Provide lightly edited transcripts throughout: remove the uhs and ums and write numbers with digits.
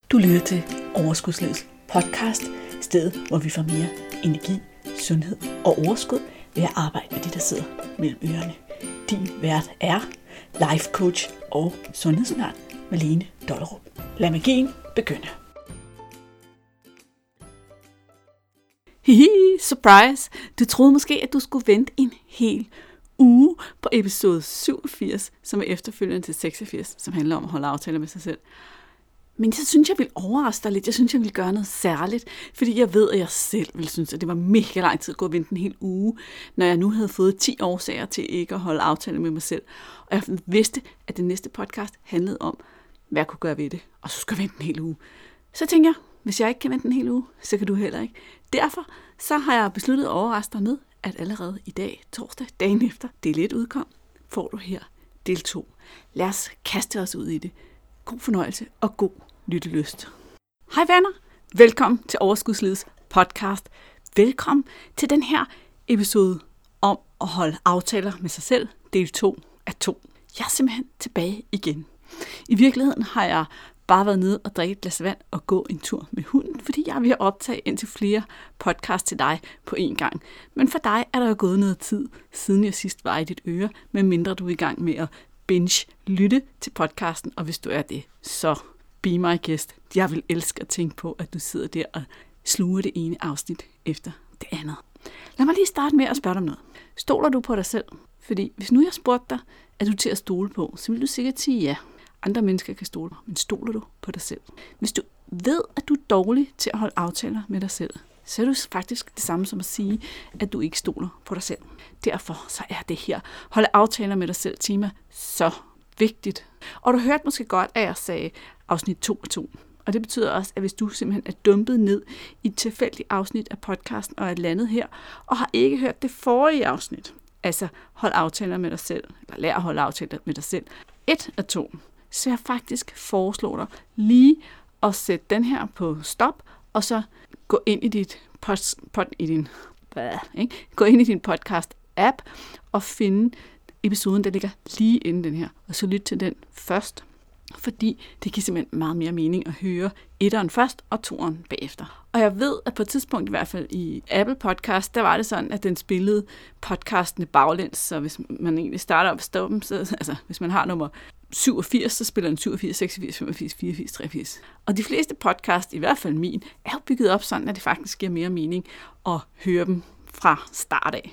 Du lytter til Overskudslivets podcast, stedet hvor vi får mere energi, sundhed og overskud ved at arbejde med de, der sidder mellem ørerne. Din vært er life coach og sundhedsundern Malene Dollerup. Lad magien begynde. Hihi, surprise! Du troede måske, at du skulle vente en hel uge på episode 87, som er efterfølgende til 86, som handler om at holde aftaler med sig selv. Men så synes jeg vil overraske dig lidt. Jeg synes, jeg vil gøre noget særligt, fordi jeg ved, at jeg selv ville synes, at det var mega lang tid at gå og vente en hel uge, når jeg nu havde fået 10 årsager til ikke at holde aftaler med mig selv. Og jeg vidste, at det næste podcast handlede om, hvad jeg kunne gøre ved det, og så skulle jeg vente en hel uge. Så tænker jeg, hvis jeg ikke kan vente en hel uge, så kan du heller ikke. Derfor så har jeg besluttet at overraske dig med, at allerede i dag, torsdag, dagen efter del 1 udkom, får du her del 2. Lad os kaste os ud i det. God fornøjelse og god lyttelyst. Hej venner, velkommen til Overskudslivets podcast. Velkommen til den her episode om at holde aftaler med sig selv, del 2 af 2. Jeg er simpelthen tilbage igen. I virkeligheden har jeg bare været nede og drikke et glas vand og gå en tur med hunden, fordi jeg vil optage indtil flere podcasts til dig på én gang. Men for dig er der jo gået noget tid, siden jeg sidst var i dit øre, medmindre du er i gang med at binge-lytte til podcasten, og hvis du er det, så be my guest. Jeg vil elske at tænke på, at du sidder der og sluger det ene afsnit efter det andet. Lad mig lige starte med at spørge dig om noget. Stoler du på dig selv? Fordi hvis nu jeg spurgte dig, er du til at stole på, så vil du sikkert sige ja. Andre mennesker kan stole på, men stoler du på dig selv? Hvis du ved, at du er dårlig til at holde aftaler med dig selv, så er du faktisk det samme som at sige, at du ikke stoler på dig selv. Derfor så er det her holde aftaler med dig selv tema så vigtigt. Og du hørte måske godt, at jeg sagde afsnit 2 af 2. Og det betyder også, at hvis du simpelthen er dumpet ned i et tilfældigt afsnit af podcasten og er landet her, og har ikke hørt det forrige afsnit, altså hold aftaler med dig selv, eller lær at holde aftaler med dig selv, 1 af 2, så jeg faktisk foreslår dig lige at sætte den her på stop, og så gå ind i din podcast-app og finde episoden, der ligger lige inden den her, og så lyt til den først, fordi det giver simpelthen meget mere mening at høre 1'eren først og 2'eren bagefter. Og jeg ved, at på et tidspunkt, i hvert fald i Apple Podcast, der var det sådan, at den spillede podcastene baglæns, så hvis man egentlig starter op og stopper dem, så, altså hvis man har nummer 87, så spiller den 87, 86, 85, 84, 83. Og de fleste podcast, i hvert fald min, er jo bygget op sådan, at det faktisk giver mere mening at høre dem fra start af.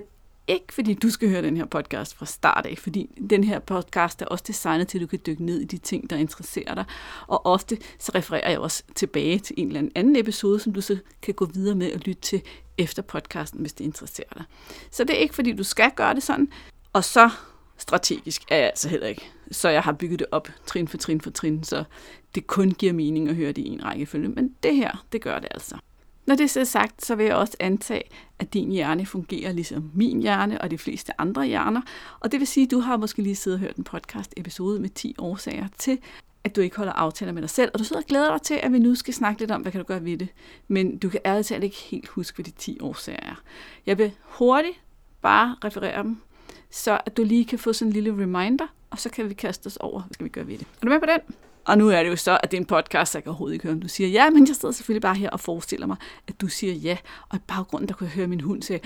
Ikke fordi du skal høre den her podcast fra start af, fordi den her podcast er også designet til, at du kan dykke ned i de ting, der interesserer dig. Og ofte så refererer jeg også tilbage til en eller anden episode, som du så kan gå videre med og lytte til efter podcasten, hvis det interesserer dig. Så det er ikke fordi, du skal gøre det sådan. Og så strategisk er jeg altså heller ikke. Så jeg har bygget det op trin for trin for trin, så det kun giver mening at høre det i en rækkefølge. Men det her, det gør det altså. Når det er sagt, så vil jeg også antage, at din hjerne fungerer ligesom min hjerne og de fleste andre hjerner. Og det vil sige, at du har måske lige siddet og hørt en podcast-episode med 10 årsager til, at du ikke holder aftaler med dig selv. Og du sidder og glæder dig til, at vi nu skal snakke lidt om, hvad kan du gøre ved det. Men du kan ærligt talt ikke helt huske, hvad de 10 årsager er. Jeg vil hurtigt bare referere dem, så at du lige kan få sådan en lille reminder, og så kan vi kaste os over, hvad skal vi gøre ved det. Er du med på den? Og nu er det jo så, at det er en podcast, så jeg kan overhovedet ikke høre, om du siger ja, men jeg sidder selvfølgelig bare her og forestiller mig, at du siger ja. Og i baggrunden, der kunne jeg høre min hund sige,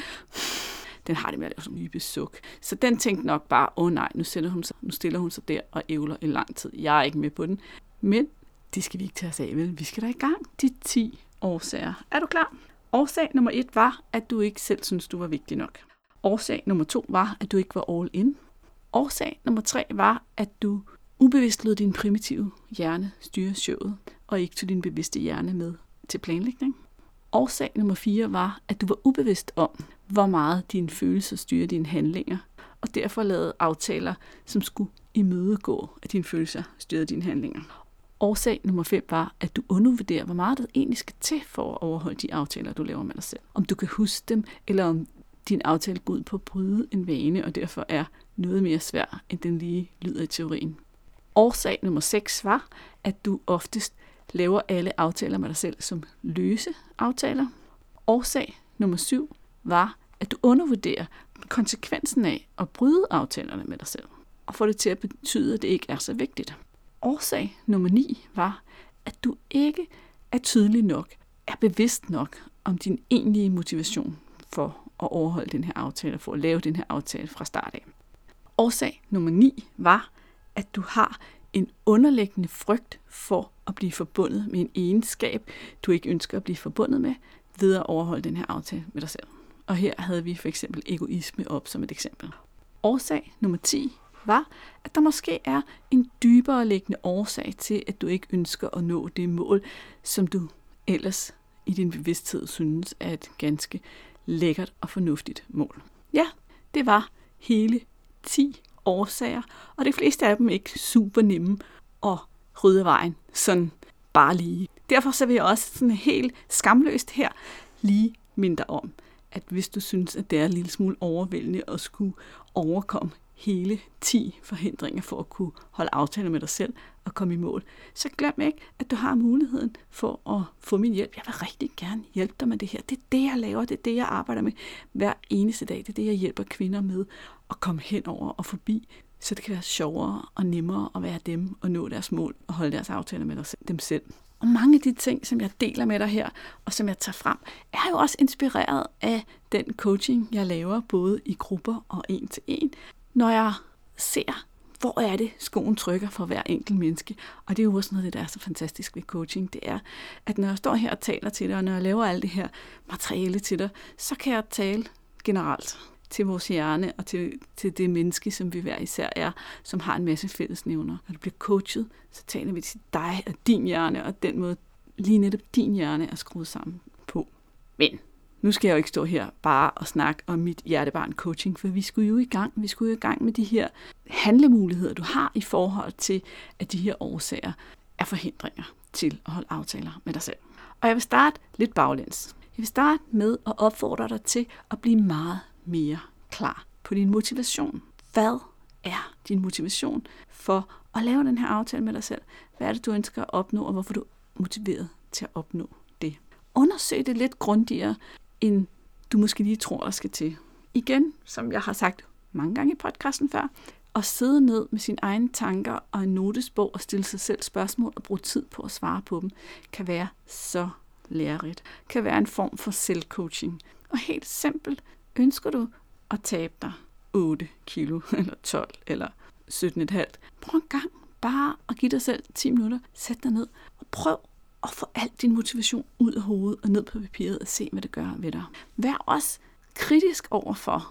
den har det med at lave sådan en dybe suk. Så den tænkte nok bare, nej, nu stiller hun sig der og ævler i lang tid. Jeg er ikke med på den. Men det skal vi ikke tage os af, vel? Vi skal da i gang. De 10 årsager. Er du klar? Årsag nummer 1 var, at du ikke selv synes, du var vigtig nok. Årsag nummer 2 var, at du ikke var all in. Årsag nummer 3 var, at du ubevidst lod din primitive hjerne styre showet, og ikke tog din bevidste hjerne med til planlægning. Årsag nummer 4 var, at du var ubevidst om, hvor meget dine følelser styrer dine handlinger, og derfor lavede aftaler, som skulle imødegå, at dine følelser styrede dine handlinger. Årsag nummer 5 var, at du undervurderer, hvor meget der egentlig skal til for at overholde de aftaler, du laver med dig selv. Om du kan huske dem, eller om din aftale går ud på at bryde en vane, og derfor er noget mere svær, end den lige lyder i teorien. Årsag nummer 6 var, at du oftest laver alle aftaler med dig selv som løse aftaler. Årsag nummer 7 var, at du undervurderer konsekvensen af at bryde aftalerne med dig selv, og får det til at betyde, at det ikke er så vigtigt. Årsag nummer 9 var, at du ikke er tydelig nok, er bevidst nok om din egentlige motivation for at overholde den her aftale, for at lave den her aftale fra start af. Årsag nummer 9 var, at du har en underliggende frygt for at blive forbundet med en egenskab, du ikke ønsker at blive forbundet med, ved at overholde den her aftale med dig selv. Og her havde vi for eksempel egoisme op som et eksempel. Årsag nummer 10 var, at der måske er en dybere liggende årsag til, at du ikke ønsker at nå det mål, som du ellers i din bevidsthed synes er et ganske lækkert og fornuftigt mål. Ja, det var hele 10 årsager, og de fleste af dem ikke super nemme at rydde vejen, sådan bare lige. Derfor så vil jeg også sådan helt skamløst her lige minde dig om, at hvis du synes, at det er en lille smule overvældende at skulle overkomme hele 10 forhindringer for at kunne holde aftaler med dig selv og komme i mål, så glem ikke, at du har muligheden for at få min hjælp. Jeg vil rigtig gerne hjælpe dig med det her. Det er det, jeg laver. Det er det, jeg arbejder med hver eneste dag. Det er det, jeg hjælper kvinder med at komme henover og forbi, så det kan være sjovere og nemmere at være dem og nå deres mål og holde deres aftaler med dem selv. Og mange af de ting, som jeg deler med dig her, og som jeg tager frem, er jo også inspireret af den coaching, jeg laver, både i grupper og 1-til-1, når jeg ser, hvor er det, skoen trykker for hver enkelt menneske. Og det er jo også noget, der er så fantastisk ved coaching. Det er, at når jeg står her og taler til dig, og når jeg laver alt det her materiale til dig, så kan jeg tale generelt til vores hjerne og til det menneske, som vi hver især er, som har en masse fællesnævner. Når du bliver coachet, så taler vi til dig og din hjerne, og den måde lige netop din hjerne er skruet sammen på. Men nu skal jeg jo ikke stå her bare og snakke om mit hjertebarn coaching, for vi skulle jo i gang. Vi skulle jo i gang med de her handlemuligheder, du har i forhold til, at de her årsager er forhindringer til at holde aftaler med dig selv. Og jeg vil starte lidt baglæns. Jeg vil starte med at opfordre dig til at blive meget mere klar på din motivation. Hvad er din motivation for at lave den her aftale med dig selv? Hvad er det, du ønsker at opnå, og hvorfor er du motiveret til at opnå det? Undersøg det lidt grundigere, end du måske lige tror, der skal til. Igen, som jeg har sagt mange gange i podcasten før, at sidde ned med sine egne tanker og en notesbog og stille sig selv spørgsmål og bruge tid på at svare på dem, kan være så lærerigt. Kan være en form for selvcoaching. Og helt simpelt, ønsker du at tabe dig 8 kilo, eller 12, eller 17,5. Prøv en gang bare at give dig selv 10 minutter. Sæt dig ned og prøv at få al din motivation ud af hovedet og ned på papiret og se, hvad det gør ved dig. Vær også kritisk overfor,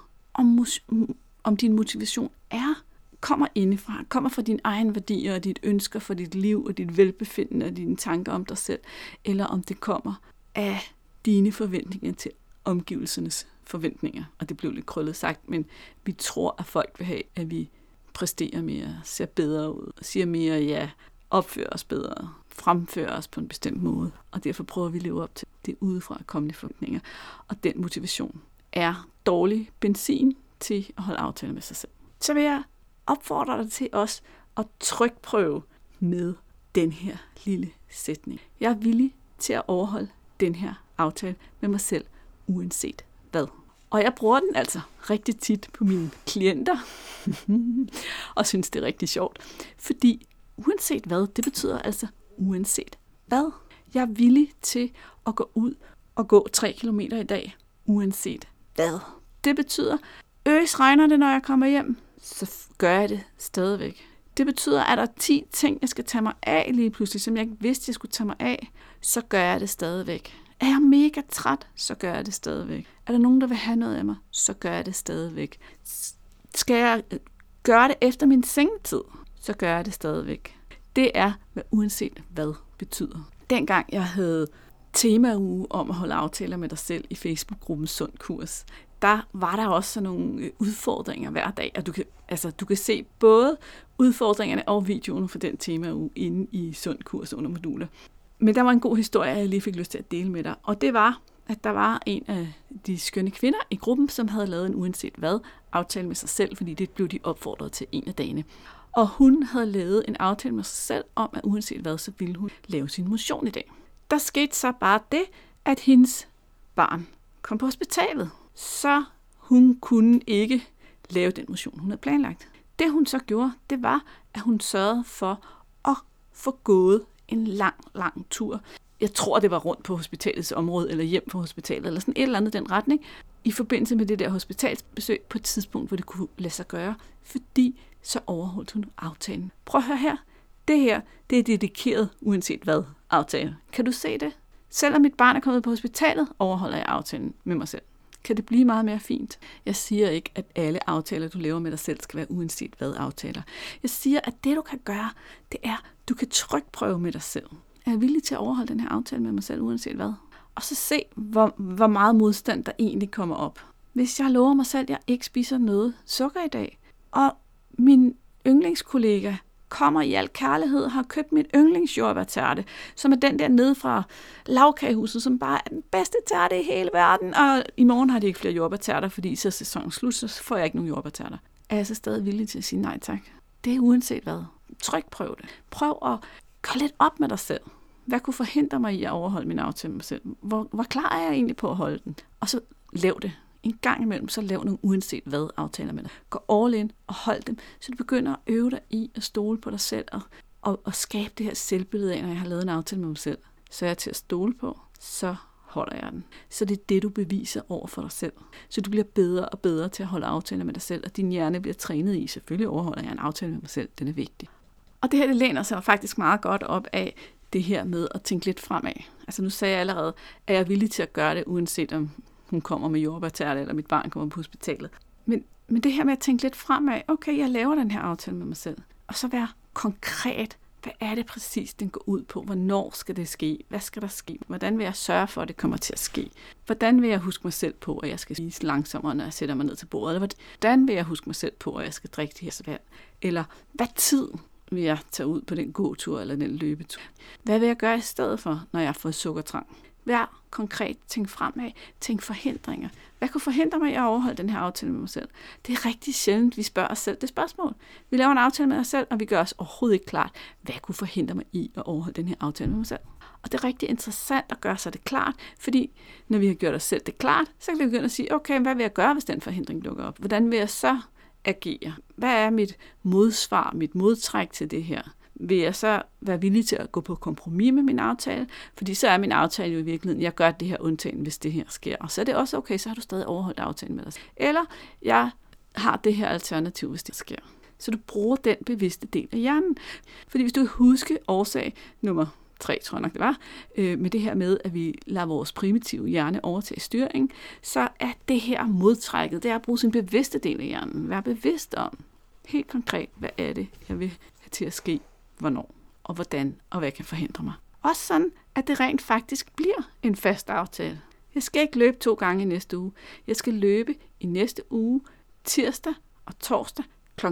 om din motivation kommer indefra, kommer fra dine egne værdier og dit ønsker for dit liv og dit velbefindende og dine tanker om dig selv, eller om det kommer af dine forventninger til omgivelsernes forventninger. Og det blev lidt krøllet sagt, men vi tror, at folk vil have, at vi præsterer mere, ser bedre ud, siger mere ja, opfører os bedre, fremfører os på en bestemt måde. Og derfor prøver vi at leve op til det udefra kommende forventninger. Og den motivation er dårlig benzin til at holde aftaler med sig selv. Så vil jeg opfordre dig til også at trykprøve med den her lille sætning. Jeg er villig til at overholde den her aftale med mig selv, uanset hvad. Og jeg bruger den altså rigtig tit på mine klienter, og synes, det er rigtig sjovt. Fordi uanset hvad, det betyder altså uanset hvad. Jeg er villig til at gå ud og gå 3 kilometer i dag, uanset hvad. Det betyder, regner det, når jeg kommer hjem, så gør jeg det stadigvæk. Det betyder, at der er 10 ting, jeg skal tage mig af lige pludselig, som jeg ikke vidste, jeg skulle tage mig af, så gør jeg det stadigvæk. Er jeg mega træt, så gør jeg det stadigvæk. Er der nogen, der vil have noget af mig, så gør jeg det stadigvæk. Skal jeg gøre det efter min sengetid, så gør jeg det stadigvæk. Det er, hvad uanset hvad betyder. Dengang jeg havde temauge om at holde aftaler med dig selv i Facebook-gruppen Sund Kurs, der var der også sådan nogle udfordringer hver dag, og du kan se både udfordringerne og videoerne for den temauge inde i Sund Kurs under moduler. Men der var en god historie, jeg lige fik lyst til at dele med dig, og det var, at der var en af de skønne kvinder i gruppen, som havde lavet en uanset hvad aftale med sig selv, fordi det blev de opfordret til en af dagene. Og hun havde lavet en aftale med sig selv om, at uanset hvad, så ville hun lave sin motion i dag. Der skete så bare det, at hendes barn kom på hospitalet, så hun kunne ikke lave den motion, hun havde planlagt. Det hun så gjorde, det var, at hun sørgede for at få gået en lang tur. Jeg tror, det var rundt på hospitalets område, eller hjem fra hospitalet, eller sådan et eller andet den retning, i forbindelse med det der hospitalsbesøg på et tidspunkt, hvor det kunne lade sig gøre, fordi så overholdt hun aftalen. Prøv at høre her. Det her, det er dedikeret, uanset hvad, aftale. Kan du se det? Selvom mit barn er kommet på hospitalet, overholder jeg aftalen med mig selv. Kan det blive meget mere fint? Jeg siger ikke, at alle aftaler, du laver med dig selv, skal være uanset hvad aftaler. Jeg siger, at det du kan gøre, det er, at du kan trykprøve med dig selv. Er jeg villig til at overholde den her aftale med mig selv, uanset hvad? Og så se, hvor meget modstand der egentlig kommer op. Hvis jeg lover mig selv, at jeg ikke spiser noget sukker i dag, og min yndlingskollega kommer i al kærlighed og har købt min yndlingsjordbærtærte, som er den der nede fra lavkagehuset, som bare er den bedste tærte i hele verden, og i morgen har de ikke flere jordbærtærter, fordi så er sæsonen slut, så får jeg ikke nogen jordbærtærter. Er jeg så stadig villig til at sige nej tak? Det er uanset hvad. Trykprøv det. Prøv at gå lidt op med dig selv. Hvad kunne forhindre mig i at overholde min aftale med mig selv? Hvor klar er jeg egentlig på at holde den? Og så lav det. En gang imellem, så lav nogle uanset hvad aftaler med dig. Gå all in og hold dem, så du begynder at øve dig i at stole på dig selv og skabe det her selvbillede af, når jeg har lavet en aftale med mig selv. Så er jeg til at stole på, så holder jeg den. Så det er det, du beviser over for dig selv. Så du bliver bedre og bedre til at holde aftaler med dig selv, og din hjerne bliver trænet i. Selvfølgelig overholder jeg en aftale med mig selv. Den er vigtig. Og det her, det læner sig faktisk meget godt op af det her med at tænke lidt fremad. Altså nu sagde jeg allerede, at jeg er villig til at gøre det, uanset om hun kommer med jordbærtærte, eller mit barn kommer på hospitalet. Men det her med at tænke lidt fremad, okay, jeg laver den her aftale med mig selv. Og så være konkret. Hvad er det præcis, den går ud på? Hvornår skal det ske? Hvad skal der ske? Hvordan vil jeg sørge for, at det kommer til at ske? Hvordan vil jeg huske mig selv på, at jeg skal spise langsommere, når jeg sætter mig ned til bordet? Eller hvordan vil jeg huske mig selv på, at jeg skal drikke det her vand? Eller hvad tid vil jeg tage ud på den gåtur eller den løbetur? Hvad vil jeg gøre i stedet for, når jeg får sukkertrang? Vær konkret, tænk fremad, tænk forhindringer. Hvad kunne forhindre mig i at overholde den her aftale med mig selv? Det er rigtig sjældent, vi spørger os selv det spørgsmål. Vi laver en aftale med os selv, og vi gør os overhovedet ikke klart, hvad kunne forhindre mig i at overholde den her aftale med mig selv? Og det er rigtig interessant at gøre sig det klart, fordi når vi har gjort os selv det klart, så kan vi begynde at sige, okay, hvad vil jeg gøre, hvis den forhindring dukker op? Hvordan vil jeg så agere? Hvad er mit modsvar, mit modtræk til det her? Vil jeg så være villig til at gå på kompromis med min aftale? Fordi så er min aftale jo i virkeligheden, jeg gør det her undtagen, hvis det her sker. Og så er det også okay, så har du stadig overholdt aftalen med dig. Eller jeg har det her alternativ, hvis det sker. Så du bruger den bevidste del af hjernen. Fordi hvis du husker årsag nummer 3, tror jeg nok det var, med det her med, at vi lader vores primitive hjerne overtage styring, så er det her modtrækket, det er at bruge sin bevidste del af hjernen. Vær bevidst om, helt konkret, hvad er det, jeg vil have til at ske, hvornår, og hvordan, og hvad kan forhindre mig. Også sådan, at det rent faktisk bliver en fast aftale. Jeg skal ikke løbe 2 gange i næste uge. Jeg skal løbe i næste uge, tirsdag og torsdag kl. 16.30.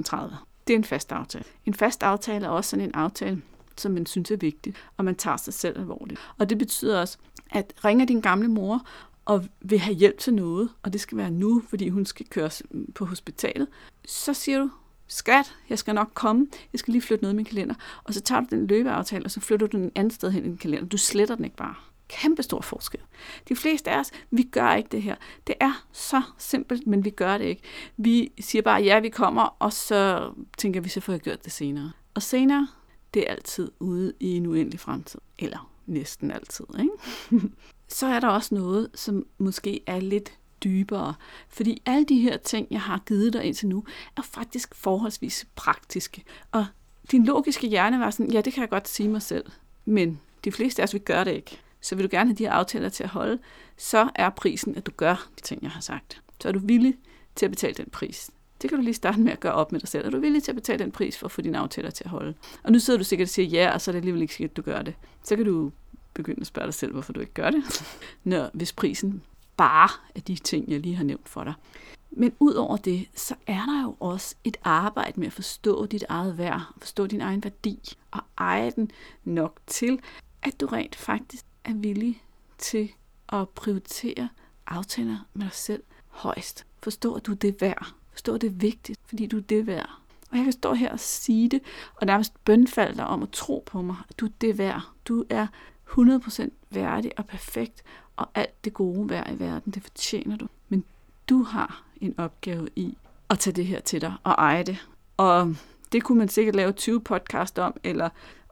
Det er en fast aftale. En fast aftale er også sådan en aftale, som man synes er vigtig, og man tager sig selv alvorligt. Og det betyder også, at ringer din gamle mor og vil have hjælp til noget, og det skal være nu, fordi hun skal køres på hospitalet, så siger du, skat, jeg skal nok komme, jeg skal lige flytte noget i min kalender, og så tager du den løbeaftale, og så flytter du den anden sted hen i din kalender. Du sletter den ikke bare. Kæmpe stor forskel. De fleste af os, vi gør ikke det her. Det er så simpelt, men vi gør det ikke. Vi siger bare, ja, vi kommer, og så tænker vi, så får jeg gjort det senere. Og senere, det er altid ude i en uendelig fremtid. Eller næsten altid, ikke? Så er der også noget, som måske er lidt dybere. Fordi alle de her ting, jeg har givet dig indtil nu, er faktisk forholdsvis praktiske. Og din logiske hjerne var sådan, ja, det kan jeg godt sige mig selv. Men de fleste af os, vi gør det ikke. Så vil du gerne have de her aftaler til at holde, så er prisen, at du gør de ting, jeg har sagt. Så er du villig til at betale den pris. Det kan du lige starte med at gøre op med dig selv. Er du villig til at betale den pris for at få dine aftaler til at holde? Og nu sidder du sikkert og siger ja, og så er det alligevel ikke sikkert, at du gør det. Så kan du begynde at spørge dig selv, hvorfor du ikke gør det. Hvis prisen bare er de ting, jeg lige har nævnt for dig. Men ud over det, så er der jo også et arbejde med at forstå dit eget værd, forstå din egen værdi, og eje den nok til, at du rent faktisk er villig til at prioritere aftaler med dig selv højst. Forstå, at du er det værd. Forstå, at det er vigtigt, fordi du er det værd. Og jeg kan stå her og sige det, og nærmest bønfalde dig om at tro på mig, at du er det værd. Du er 100% værdig og perfekt, og alt det gode værd i verden, det fortjener du. Men du har en opgave i at tage det her til dig og eje det. Og det kunne man sikkert lave 20 podcast om, eller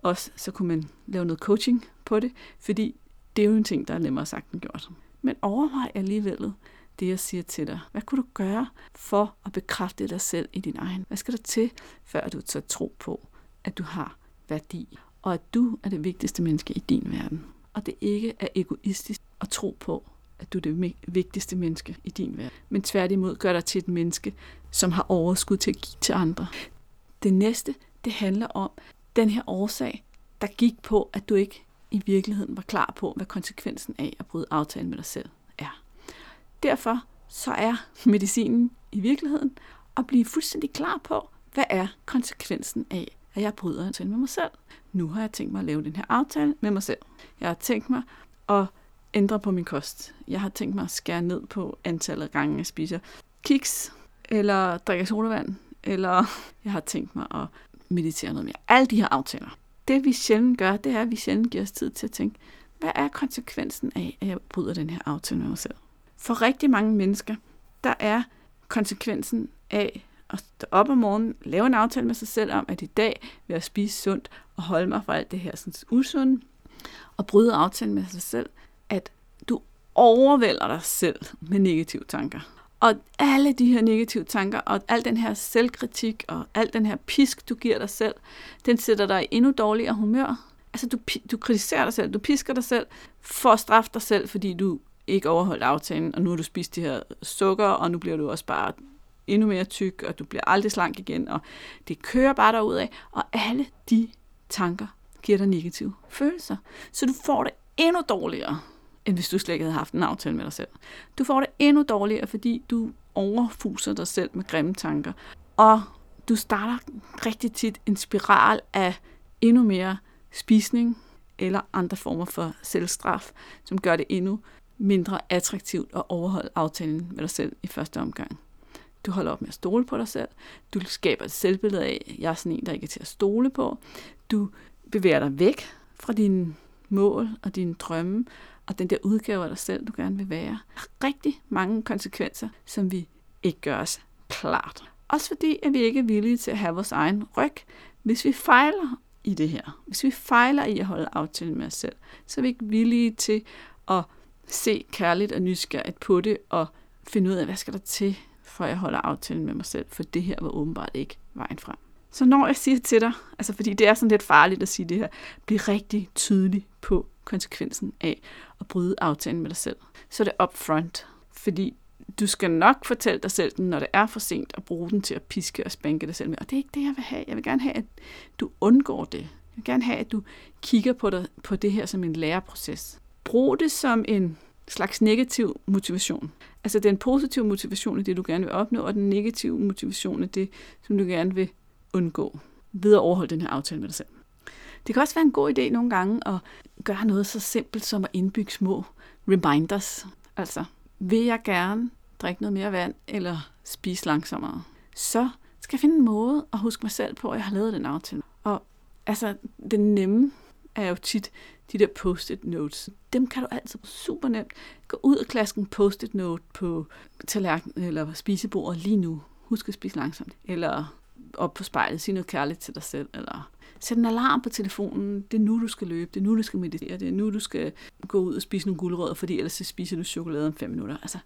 Også så kunne man lave noget coaching på det, fordi det er jo en ting, der er nemmere sagt end gjort. Men overvej alligevel det, jeg siger til dig. Hvad kunne du gøre for at bekræfte dig selv i din egen? Hvad skal der til, før du tager tro på, at du har værdi, og at du er det vigtigste menneske i din verden? Og det ikke er egoistisk at tro på, at du er det vigtigste menneske i din verden, men tværtimod gør dig til et menneske, som har overskud til at give til andre. Det næste, det handler om den her årsag, der gik på, at du ikke i virkeligheden var klar på, hvad konsekvensen af at bryde aftalen med dig selv er. Derfor så er medicinen i virkeligheden at blive fuldstændig klar på, hvad er konsekvensen af, at jeg bryder aftalen med mig selv. Nu har jeg tænkt mig at lave den her aftale med mig selv. Jeg har tænkt mig at ændre på min kost. Jeg har tænkt mig at skære ned på antallet af gange, jeg spiser kiks, eller drikker sodavand, eller jeg har tænkt mig at meditere noget mere. Alle de her aftaler. Det vi sjældent gør, det er, at vi sjældent giver os tid til at tænke, hvad er konsekvensen af, at jeg bryder den her aftale med mig selv? For rigtig mange mennesker, der er konsekvensen af at stå op om morgenen, lave en aftale med sig selv om, at i dag vil jeg spise sundt og holde mig fra alt det her sådan usunde, og bryde aftalen med sig selv, at du overvælder dig selv med negative tanker. Og alle de her negative tanker, og al den her selvkritik, og al den her pisk, du giver dig selv, den sætter dig i endnu dårligere humør. Altså, du kritiserer dig selv, du pisker dig selv, for at straffe dig selv, fordi du ikke overholdt aftalen, og nu har du spist de her sukker, og nu bliver du også bare endnu mere tyk, og du bliver aldrig slank igen, og det kører bare derudad, og alle de tanker giver dig negative følelser. Så du får det endnu dårligere, end hvis du slet ikke havde haft en aftale med dig selv. Du får det endnu dårligere, fordi du overfuser dig selv med grimme tanker. Og du starter rigtig tit en spiral af endnu mere spisning eller andre former for selvstraf, som gør det endnu mindre attraktivt at overholde aftalen med dig selv i første omgang. Du holder op med at stole på dig selv. Du skaber et selvbillede af, at jeg er sådan en, der ikke er til at stole på. Du bevæger dig væk fra dine mål og dine drømme, og den der udgave af dig selv, du gerne vil være. Der er rigtig mange konsekvenser, som vi ikke gør os klart. Også fordi, at vi ikke er villige til at have vores egen ryg. Hvis vi fejler i det her, hvis vi fejler i at holde aftalen med os selv, så er vi ikke villige til at se kærligt og nysgerrigt på det, og finde ud af, hvad skal der til, for jeg holder aftalen med mig selv, for det her var åbenbart ikke vejen frem. Så når jeg siger til dig, altså fordi det er sådan lidt farligt at sige det her, bliv rigtig tydelig på konsekvensen af at bryde aftalen med dig selv. Så er det upfront, fordi du skal nok fortælle dig selv, når det er for sent, at bruge den til at piske og spanke dig selv med. Og det er ikke det, jeg vil have. Jeg vil gerne have, at du undgår det. Jeg vil gerne have, at du kigger på det her som en læreproces. Brug det som en slags negativ motivation. Altså den positive motivation er det, du gerne vil opnå, og den negative motivation er det, som du gerne vil undgå ved at overholde den her aftale med dig selv. Det kan også være en god idé nogle gange at gøre noget så simpelt som at indbygge små reminders. Altså, vil jeg gerne drikke noget mere vand eller spise langsommere, så skal jeg finde en måde at huske mig selv på, at jeg har lavet den aftale. Og altså, den nemme er jo tit de der post-it notes. Dem kan du altid super nemt gå ud og klaske en post-it note på tallerkenen eller spisebordet lige nu. Husk at spise langsomt. Eller op på spejlet, sige noget kærligt til dig selv. Eller sæt en alarm på telefonen. Det er nu, du skal løbe. Det er nu, du skal meditere. Det er nu, du skal gå ud og spise nogle gulerødder, fordi ellers så spiser du chokolade om 5 minutter. Altså,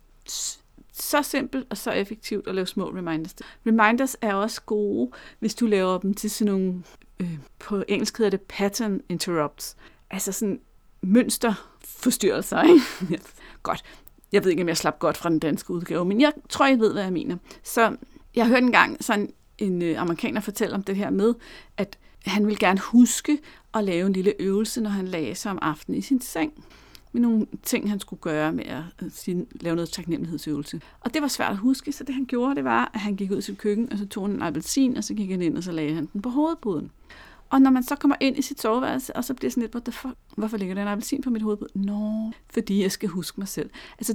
så simpelt og så effektivt at lave små reminders. Reminders er også gode, hvis du laver dem til sådan nogle, på engelsk hedder det pattern interrupts. Altså sådan mønsterforstyrrelser, ikke? Godt. Jeg ved ikke, om jeg slap godt fra den danske udgave, men jeg tror, jeg ved, hvad jeg mener. Så jeg hørte engang sådan en amerikaner fortælle om det her med, at han ville gerne huske at lave en lille øvelse, når han lagde sig om aftenen i sin seng. Med nogle ting, han skulle gøre med at lave noget taknemmelighedsøvelse. Og det var svært at huske, så det han gjorde, det var, at han gik ud i sit køkken, og så tog han en appelsin, og så gik han ind, og så lagde han den på hovedpuden. Og når man så kommer ind i sit soveværelse, og så bliver sådan lidt, hvorfor ligger der en appelsin på mit hovedpude? Nå, fordi jeg skal huske mig selv. Altså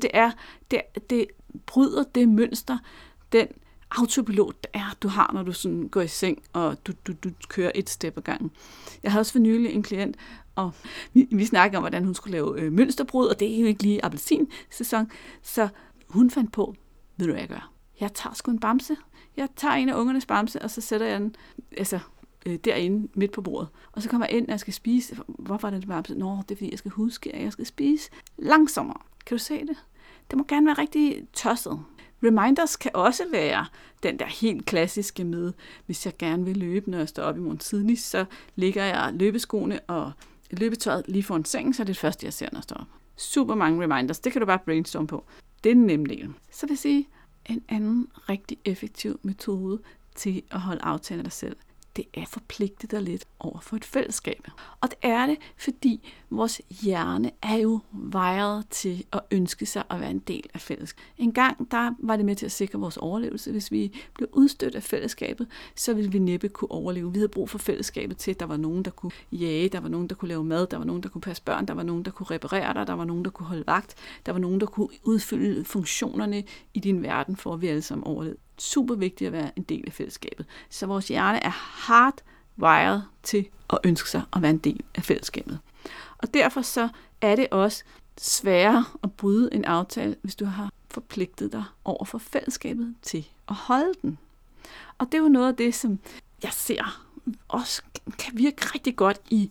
det bryder det mønster, den autopilot, du har, når du sådan går i seng, og du kører et step ad gangen. Jeg havde også for nylig en klient, og vi snakkede om, hvordan hun skulle lave mønsterbrud, og det er jo ikke lige appelsinsæson, så hun fandt på, ved du hvad jeg gør? Jeg tager sgu en bamse. Jeg tager en af ungernes bamse, og så sætter jeg den, altså derinde midt på bordet. Og så kommer jeg ind, når jeg skal spise. Hvorfor er det bare? Nå, det er fordi, jeg skal huske, at jeg skal spise langsommere. Kan du se det? Det må gerne være rigtig tosset. Reminders kan også være den der helt klassiske med, hvis jeg gerne vil løbe, når jeg står op i morgen tidlig, så lægger jeg løbeskoene og løbetøjet lige foran sengen, så er det første, jeg ser, når jeg står op. Super mange reminders, det kan du bare brainstorme på. Det er den nemme del. Så vil jeg sige, en anden rigtig effektiv metode til at holde aftale af dig selv, det er at forpligte dig lidt over for et fællesskab. Og det er det, fordi vores hjerne er jo wired til at ønske sig at være en del af fællesskabet. En gang der var det med til at sikre vores overlevelse. Hvis vi blev udstødt af fællesskabet, så ville vi næppe kunne overleve. Vi havde brug for fællesskabet til, at der var nogen, der kunne jage, der var nogen, der kunne lave mad, der var nogen, der kunne passe børn, der var nogen, der kunne reparere dig, der var nogen, der kunne holde vagt, der var nogen, der kunne udfylde funktionerne i din verden, for at vi alle sammen overlevede. Super vigtigt at være en del af fællesskabet. Så vores hjerne er hardwired til at ønske sig at være en del af fællesskabet. Og derfor så er det også sværere at bryde en aftale, hvis du har forpligtet dig over for fællesskabet til at holde den. Og det er jo noget af det, som jeg ser også kan virke rigtig godt i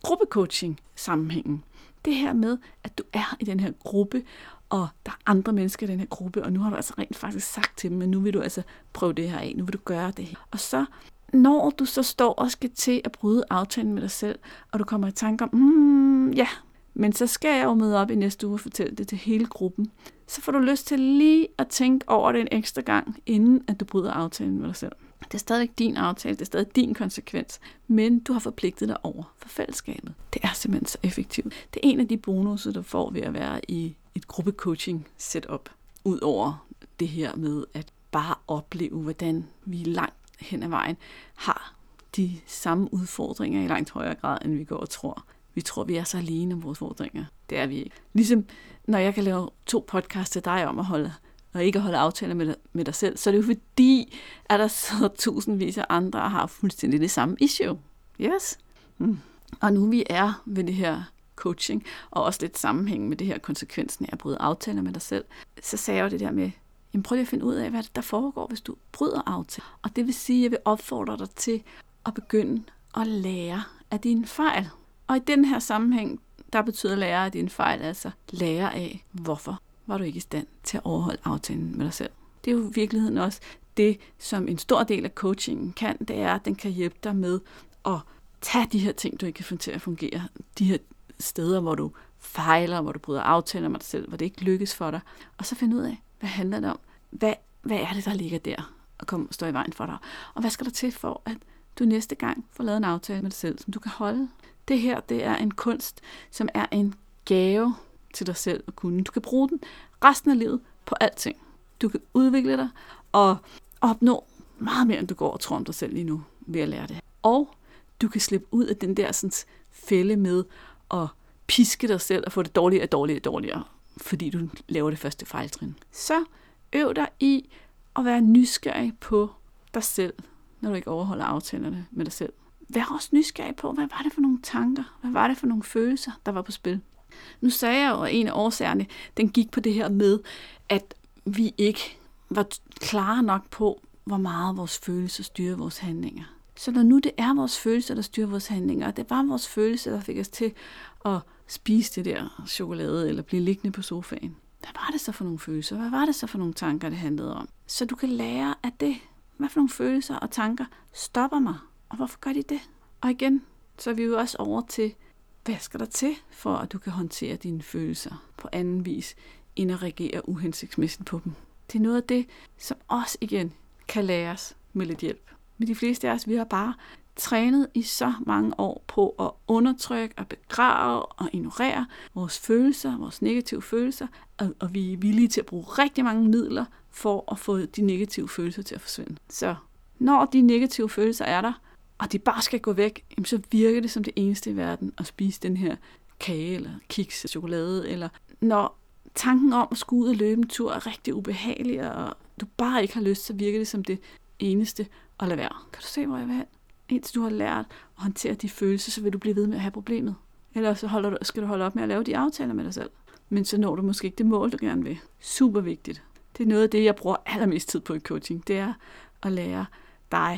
gruppecoaching-sammenhængen. Det her med, at du er i den her gruppe, og der er andre mennesker i den her gruppe, og nu har du altså rent faktisk sagt til dem, men nu vil du altså prøve det her af, nu vil du gøre det her. Og så, når du så står og skal til at bryde aftalen med dig selv, og du kommer i tanke om, ja, men så skal jeg jo møde op i næste uge og fortælle det til hele gruppen, så får du lyst til lige at tænke over det en ekstra gang, inden at du bryder aftalen med dig selv. Det er stadig din aftale, det er stadig din konsekvens, men du har forpligtet dig over for fællesskabet. Det er simpelthen så effektivt. Det er en af de bonusser, du får ved at være i et gruppecoaching setup, ud over det her med at bare opleve, hvordan vi langt hen ad vejen har de samme udfordringer i langt højere grad, end vi går og tror. Vi tror, vi er så alene om vores udfordringer. Det er vi ikke. Ligesom når jeg kan lave 2 podcasts til dig om ikke at holde aftaler med dig selv, så er det jo fordi, at der sidder tusindvis af andre og har fuldstændig det samme issue. Yes. Og nu vi er ved det her coaching, og også lidt sammenhæng med det her konsekvensen af at bryde aftaler med dig selv, så sagde jeg jo det der med, prøv lige at finde ud af, hvad der foregår, hvis du bryder aftaler. Og det vil sige, at jeg vil opfordre dig til at begynde at lære af dine fejl. Og i den her sammenhæng, der betyder lære af dine fejl, altså lære af, hvorfor var du ikke i stand til at overholde aftalen med dig selv. Det er jo i virkeligheden også det, som en stor del af coachingen kan, det er, at den kan hjælpe dig med at tage de her ting, du ikke kan få til at fungere, de her steder, hvor du fejler, hvor du bryder aftaler med dig selv, hvor det ikke lykkes for dig, og så finde ud af, hvad handler det om? Hvad er det, der ligger der og står i vejen for dig? Og hvad skal der til for, at du næste gang får lavet en aftale med dig selv, som du kan holde? Det her, det er en kunst, som er en gave til dig selv at kunne. Du kan bruge den resten af livet på alting. Du kan udvikle dig og opnå meget mere, end du går og tror om dig selv lige nu ved at lære det. Og du kan slippe ud af den der sådan, fælde med at piske dig selv og få det dårligere, fordi du laver det første fejltrin. Så øv dig i at være nysgerrig på dig selv, når du ikke overholder aftalerne med dig selv. Vær også nysgerrig på, hvad var det for nogle tanker, hvad var det for nogle følelser, der var på spil. Nu sagde jeg jo, at en af årsagerne, den gik på det her med, at vi ikke var klare nok på, hvor meget vores følelser styrer vores handlinger. Så når nu det er vores følelser, der styrer vores handlinger, og det var vores følelser, der fik os til at spise det der chokolade, eller blive liggende på sofaen. Hvad var det så for nogle følelser? Hvad var det så for nogle tanker, det handlede om? Så du kan lære af det. Hvad for nogle følelser og tanker stopper mig? Og hvorfor gør de det? Og igen, så er vi jo også over til, hvad skal der til, for at du kan håndtere dine følelser på anden vis, end at reagere uhensigtsmæssigt på dem. Det er noget af det, som også igen kan læres med lidt hjælp. Men de fleste af os, vi har bare trænet i så mange år på at undertrykke og begrave og ignorere vores følelser, vores negative følelser, og vi er villige til at bruge rigtig mange midler for at få de negative følelser til at forsvinde. Så når de negative følelser er der, og de bare skal gå væk, så virker det som det eneste i verden at spise den her kage, eller kiks, chokolade, eller når tanken om at skulle ud og løbe en tur er rigtig ubehagelig, og du bare ikke har lyst, så virker det som det eneste at lade være. Kan du se, hvor jeg vil hen? Indtil du har lært at håndtere de følelser, så vil du blive ved med at have problemet. Eller så skal du holde op med at lave de aftaler med dig selv. Men så når du måske ikke det mål, du gerne vil. Super vigtigt. Det er noget af det, jeg bruger allermest tid på i coaching. Det er at lære dig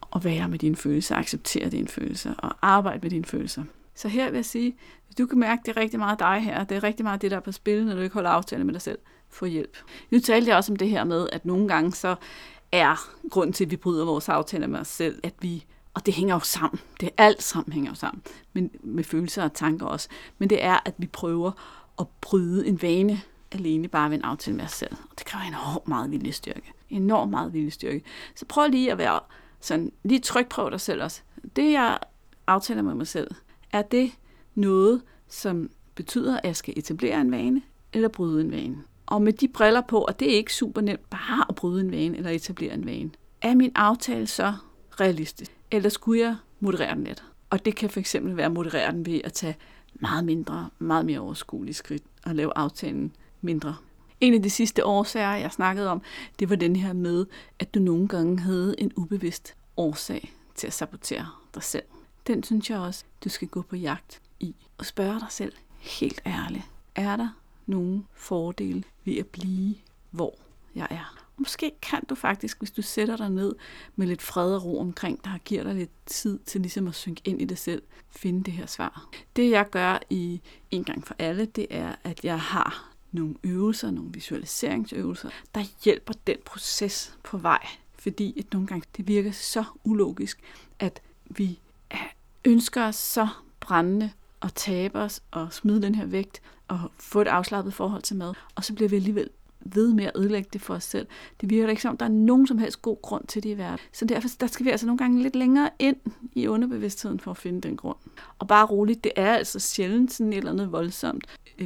at være med dine følelser, acceptere dine følelser og arbejde med dine følelser. Så her vil jeg sige, hvis du kan mærke, at det er rigtig meget dig her, det er rigtig meget det, der er på spil, når du ikke holder aftale med dig selv, få hjælp. Nu talte jeg også om det her med, at nogle gange så er grunden til, at vi bryder vores aftaler med os selv, at vi, og det hænger jo sammen, det er alt sammen hænger jo sammen, men med følelser og tanker også, men det er, at vi prøver at bryde en vane alene bare ved en aftale med os selv. Og det kræver enormt meget viljestyrke. Enormt meget viljestyrke. Så prøv lige at være sådan, lige trykprøv dig selv også. Det, jeg aftaler med mig selv, er det noget, som betyder, at jeg skal etablere en vane eller bryde en vane. Og med de briller på, og det er ikke super nemt bare at bryde en vane eller etablere en vane. Er min aftale så realistisk? Eller skulle jeg moderere den lidt? Og det kan fx være at moderere den ved at tage meget mere overskuelige skridt og lave aftalen mindre. En af de sidste årsager, jeg snakkede om, det var den her med, at du nogle gange havde en ubevidst årsag til at sabotere dig selv. Den synes jeg også, du skal gå på jagt i og spørge dig selv helt ærligt. Er der nogle fordele ved at blive, hvor jeg er? Måske kan du faktisk, hvis du sætter dig ned med lidt fred og ro omkring dig og giver dig lidt tid til ligesom at synke ind i det selv, finde det her svar. Det jeg gør i En gang for alle, det er, at jeg har nogle øvelser, nogle visualiseringsøvelser, der hjælper den proces på vej. Fordi at nogle gange det virker så ulogisk, at vi ønsker os så brændende at tabe os og smide den her vægt og få et afslappet forhold til mad, og så bliver vi alligevel ved med at ødelægge det for os selv. Det virker ikke som, der er nogen som helst god grund til det i verden. Så derfor der skal vi altså nogle gange lidt længere ind i underbevidstheden for at finde den grund. Og bare roligt, det er altså sjældent sådan et eller andet voldsomt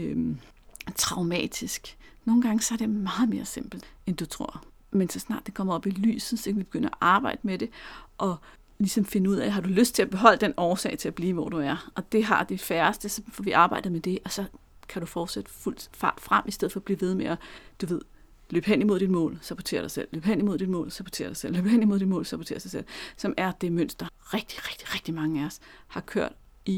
traumatisk. Nogle gange så er det meget mere simpelt, end du tror. Men så snart det kommer op i lyset, så kan vi begynde at arbejde med det, og ligesom finde ud af, har du lyst til at beholde den årsag til at blive, hvor du er. Og det har de færreste, så får vi arbejdet med det, og så kan du fortsætte fuld fart frem, i stedet for at blive ved med at, løbe hen imod dit mål, sabotere dig selv, løbe hen imod dit mål, sabotere dig selv, løbe hen imod dit mål, sabotere dig selv, som er det mønster, rigtig mange af os har kørt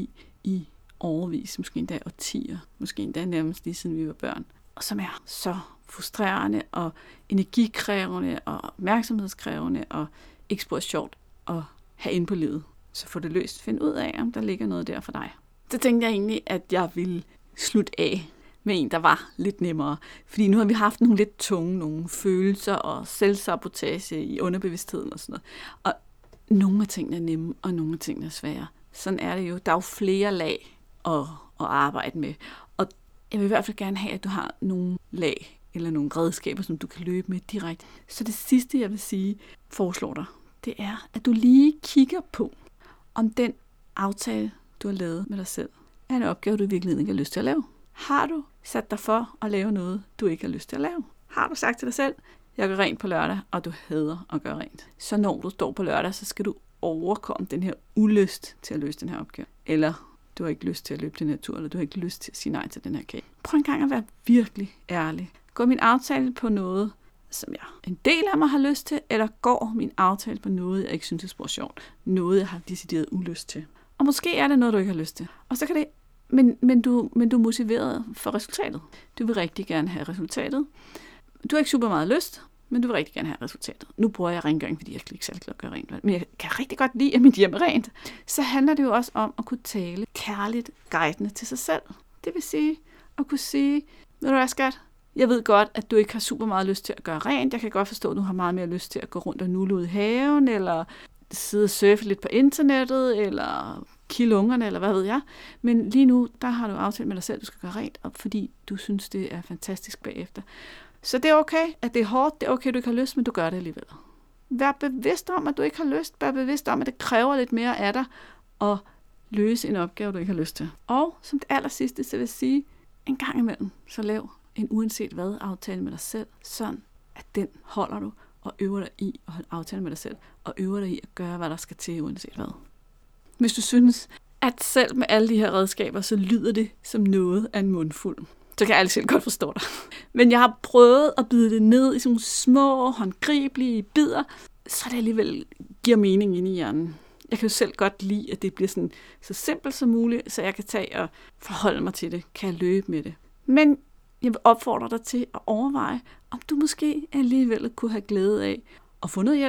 i årevis, måske endda årtier, måske endda nærmest lige siden vi var børn, og som er så frustrerende og energikrævende og opmærksomhedskrævende og ikke spor sjovt at have inde på livet. Så få det løst, find ud af, om der ligger noget der for dig. Så tænkte jeg egentlig, at jeg ville slutte af med en, der var lidt nemmere. Fordi nu har vi haft nogle lidt tunge, nogle følelser og selvsabotage i underbevidstheden og sådan noget. Og nogle af tingene er nemme, og nogle af tingene er svære. Sådan er det jo. Der er jo flere lag at arbejde med. Og jeg vil i hvert fald gerne have, at du har nogle lag eller nogle redskaber, som du kan løbe med direkte. Så det sidste, jeg vil sige, foreslår dig, det er, at du lige kigger på, om den aftale, du har lavet med dig selv, er en opgave, du i virkeligheden ikke har lyst til at lave. Har du sat dig for at lave noget, du ikke har lyst til at lave? Har du sagt til dig selv, jeg gør rent på lørdag, og du hader at gøre rent? Så når du står på lørdag, så skal du overkomme den her ulyst til at løse den her opgave. Eller du har ikke lyst til at løbe den her tur, eller du har ikke lyst til at sige nej til den her kage. Prøv en gang at være virkelig ærlig. Går min aftale på noget, som jeg en del af mig har lyst til, eller går min aftale på noget, jeg ikke synes er spor sjovt? Noget, jeg har decideret ulyst til. Og måske er det noget, du ikke har lyst til. Og så kan det, men du er motiveret for resultatet. Du vil rigtig gerne have resultatet. Du har ikke super meget lyst, men du vil rigtig gerne have resultatet. Nu bruger jeg rengøring, fordi jeg ikke særlig glad at gøre rent. Men jeg kan rigtig godt lide, at mit hjem er rent. Så handler det jo også om at kunne tale kærligt guidende til sig selv. Det vil sige at kunne sige, ved du hvad, skat? Jeg ved godt, at du ikke har super meget lyst til at gøre rent. Jeg kan godt forstå, at du har meget mere lyst til at gå rundt og nulle ud i haven, eller sidde og surfe lidt på internettet, eller kilde ungerne, eller hvad ved jeg. Men lige nu, der har du aftalt med dig selv, at du skal gøre rent op, fordi du synes, det er fantastisk bagefter. Så det er okay, at det er hårdt. Det er okay, at du ikke har lyst, men du gør det alligevel. Vær bevidst om, at du ikke har lyst. Vær bevidst om, at det kræver lidt mere af dig at løse en opgave, du ikke har lyst til. Og som det aller sidste, så vil jeg sige, en gang imellem, så lav en uanset hvad aftale med dig selv, sådan at den holder du og øver dig i at holde aftale med dig selv, og øver dig i at gøre, hvad der skal til, uanset hvad. Hvis du synes, at selv med alle de her redskaber, så lyder det som noget af en mundfuld, så kan jeg altid godt forstå dig. Men jeg har prøvet at bide det ned i sådan små, håndgribelige bidder, så det alligevel giver mening inde i hjernen. Jeg kan jo selv godt lide, at det bliver sådan så simpelt som muligt, så jeg kan tage og forholde mig til det, kan jeg løbe med det. Men jeg vil opfordre dig til at overveje, om du måske alligevel kunne have glæde af at få noget hjælp,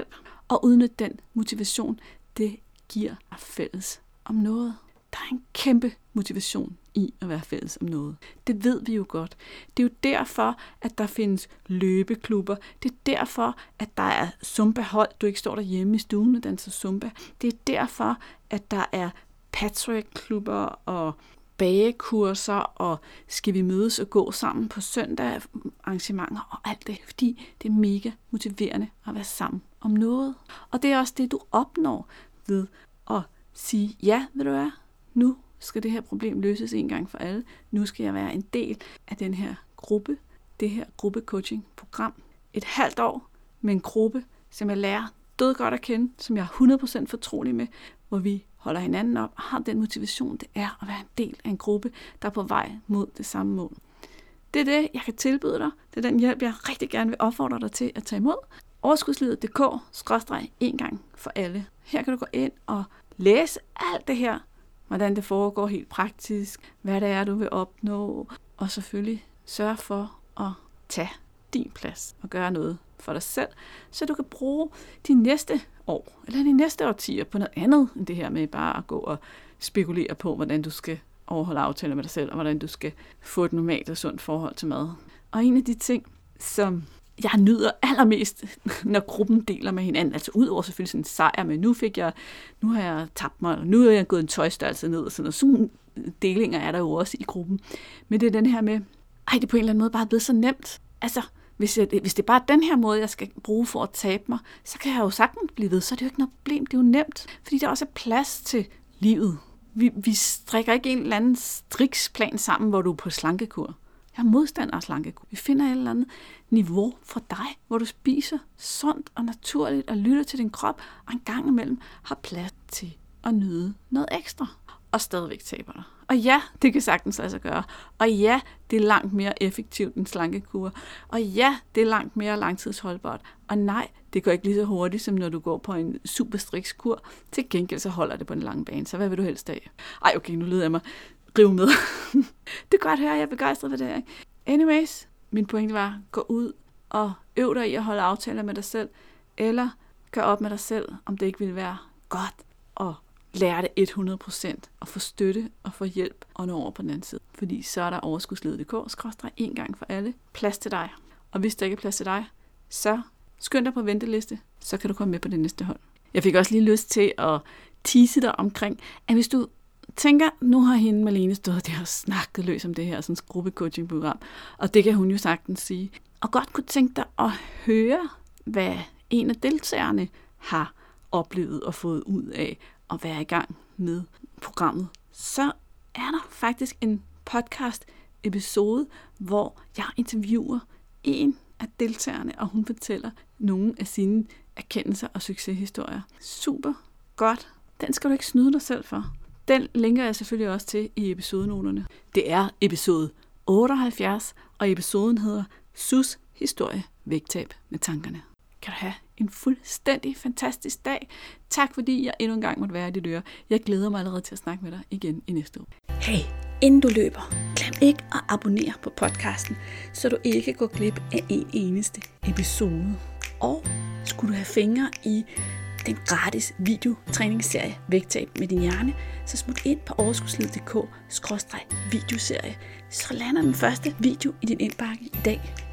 og udnytte den motivation, det giver at fælles om noget. Der er en kæmpe motivation i at være fælles om noget. Det ved vi jo godt. Det er jo derfor, at der findes løbeklubber. Det er derfor, at der er Zumba-hold. Du ikke står derhjemme i stuen og danser Zumba. Det er derfor, at der er Patrick-klubber og bagekurser, og skal vi mødes og gå sammen på søndag arrangementer og alt det, fordi det er mega motiverende at være sammen om noget. Og det er også det, du opnår ved at sige, ja, ved du hvad, nu skal det her problem løses en gang for alle. Nu skal jeg være en del af den her gruppe, det her gruppecoaching-program. Et halvt år med en gruppe, som jeg lærer død godt at kende, som jeg er 100% fortrolig med, hvor vi holder hinanden op og har den motivation, det er at være en del af en gruppe, der er på vej mod det samme mål. Det er det, jeg kan tilbyde dig. Det er den hjælp, jeg rigtig gerne vil opfordre dig til at tage imod. Overskudslivet.dk/en gang for alle. Her kan du gå ind og læse alt det her, hvordan det foregår helt praktisk, hvad det er, du vil opnå, og selvfølgelig sørge for at tage din plads og gøre noget for dig selv, så du kan bruge de næste år, eller de næste årtier på noget andet, end det her med bare at gå og spekulere på, hvordan du skal overholde aftaler med dig selv, og hvordan du skal få et normalt og sundt forhold til mad. Og en af de ting, som jeg nyder allermest, når gruppen deler med hinanden, altså ud over selvfølgelig sådan en sejr, men nu har jeg tabt mig, og nu er jeg gået en tøjstørrelse ned, og sådan delinger er der jo også i gruppen. Men det er den her med, det er på en eller anden måde bare blevet så nemt. Altså, hvis det er bare den her måde, jeg skal bruge for at tabe mig, så kan jeg jo sagtens blive ved, så er det jo ikke noget problem, det er jo nemt, fordi der også er plads til livet. Vi strikker ikke en eller anden striksplan sammen, hvor du er på slankekur. Jeg er modstander af slankekur. Vi finder et eller andet niveau for dig, hvor du spiser sundt og naturligt og lytter til din krop, og en gang imellem har plads til at nyde noget ekstra, og stadigvæk taber dig. Og ja, det kan sagtens lade sig gøre. Og ja, det er langt mere effektivt end slankekur. Og ja, det er langt mere langtidsholdbart. Og nej, det går ikke lige så hurtigt, som når du går på en super strikskur. Til gengæld så holder det på den lange bane. Så hvad vil du helst af? Okay, nu lyder jeg mig rive med. Det kan godt høre, jeg er begejstret for det her. Anyways, min pointe var, gå ud og øv dig i at holde aftaler med dig selv. Eller gør op med dig selv, om det ikke vil være godt at lære det 100% og få støtte og få hjælp og nå over på den anden side. Fordi så er der overskudslivet.dk/en gang for alle. Plads til dig. Og hvis der ikke er plads til dig, så skynd dig på venteliste, så kan du komme med på det næste hold. Jeg fik også lige lyst til at tease dig omkring, at hvis du tænker, nu har hende Malene stået der og snakket løs om det her sådan et gruppecoaching-program, og det kan hun jo sagtens sige, og godt kunne tænke dig at høre, hvad en af deltagerne har oplevet og fået ud af at være i gang med programmet, så er der faktisk en podcast-episode, hvor jeg interviewer en af deltagerne, og hun fortæller nogle af sine erkendelser og succeshistorier. Super godt. Den skal du ikke snyde dig selv for. Den linker jeg selvfølgelig også til i episodenoterne. Det er episode 78, og episoden hedder Sus historie vægttab med tankerne. Kan du have en fuldstændig fantastisk dag. Tak fordi jeg endnu en gang måtte være i dit øre. Jeg glæder mig allerede til at snakke med dig igen i næste uge. Hey, inden du løber, glem ikke at abonnere på podcasten, så du ikke går glip af en eneste episode. Og skulle du have fingre i den gratis videotræningsserie Vægttab med din hjerne, så smut ind på overskudslivet.dk/videoserie, så lander den første video i din indbakke i dag.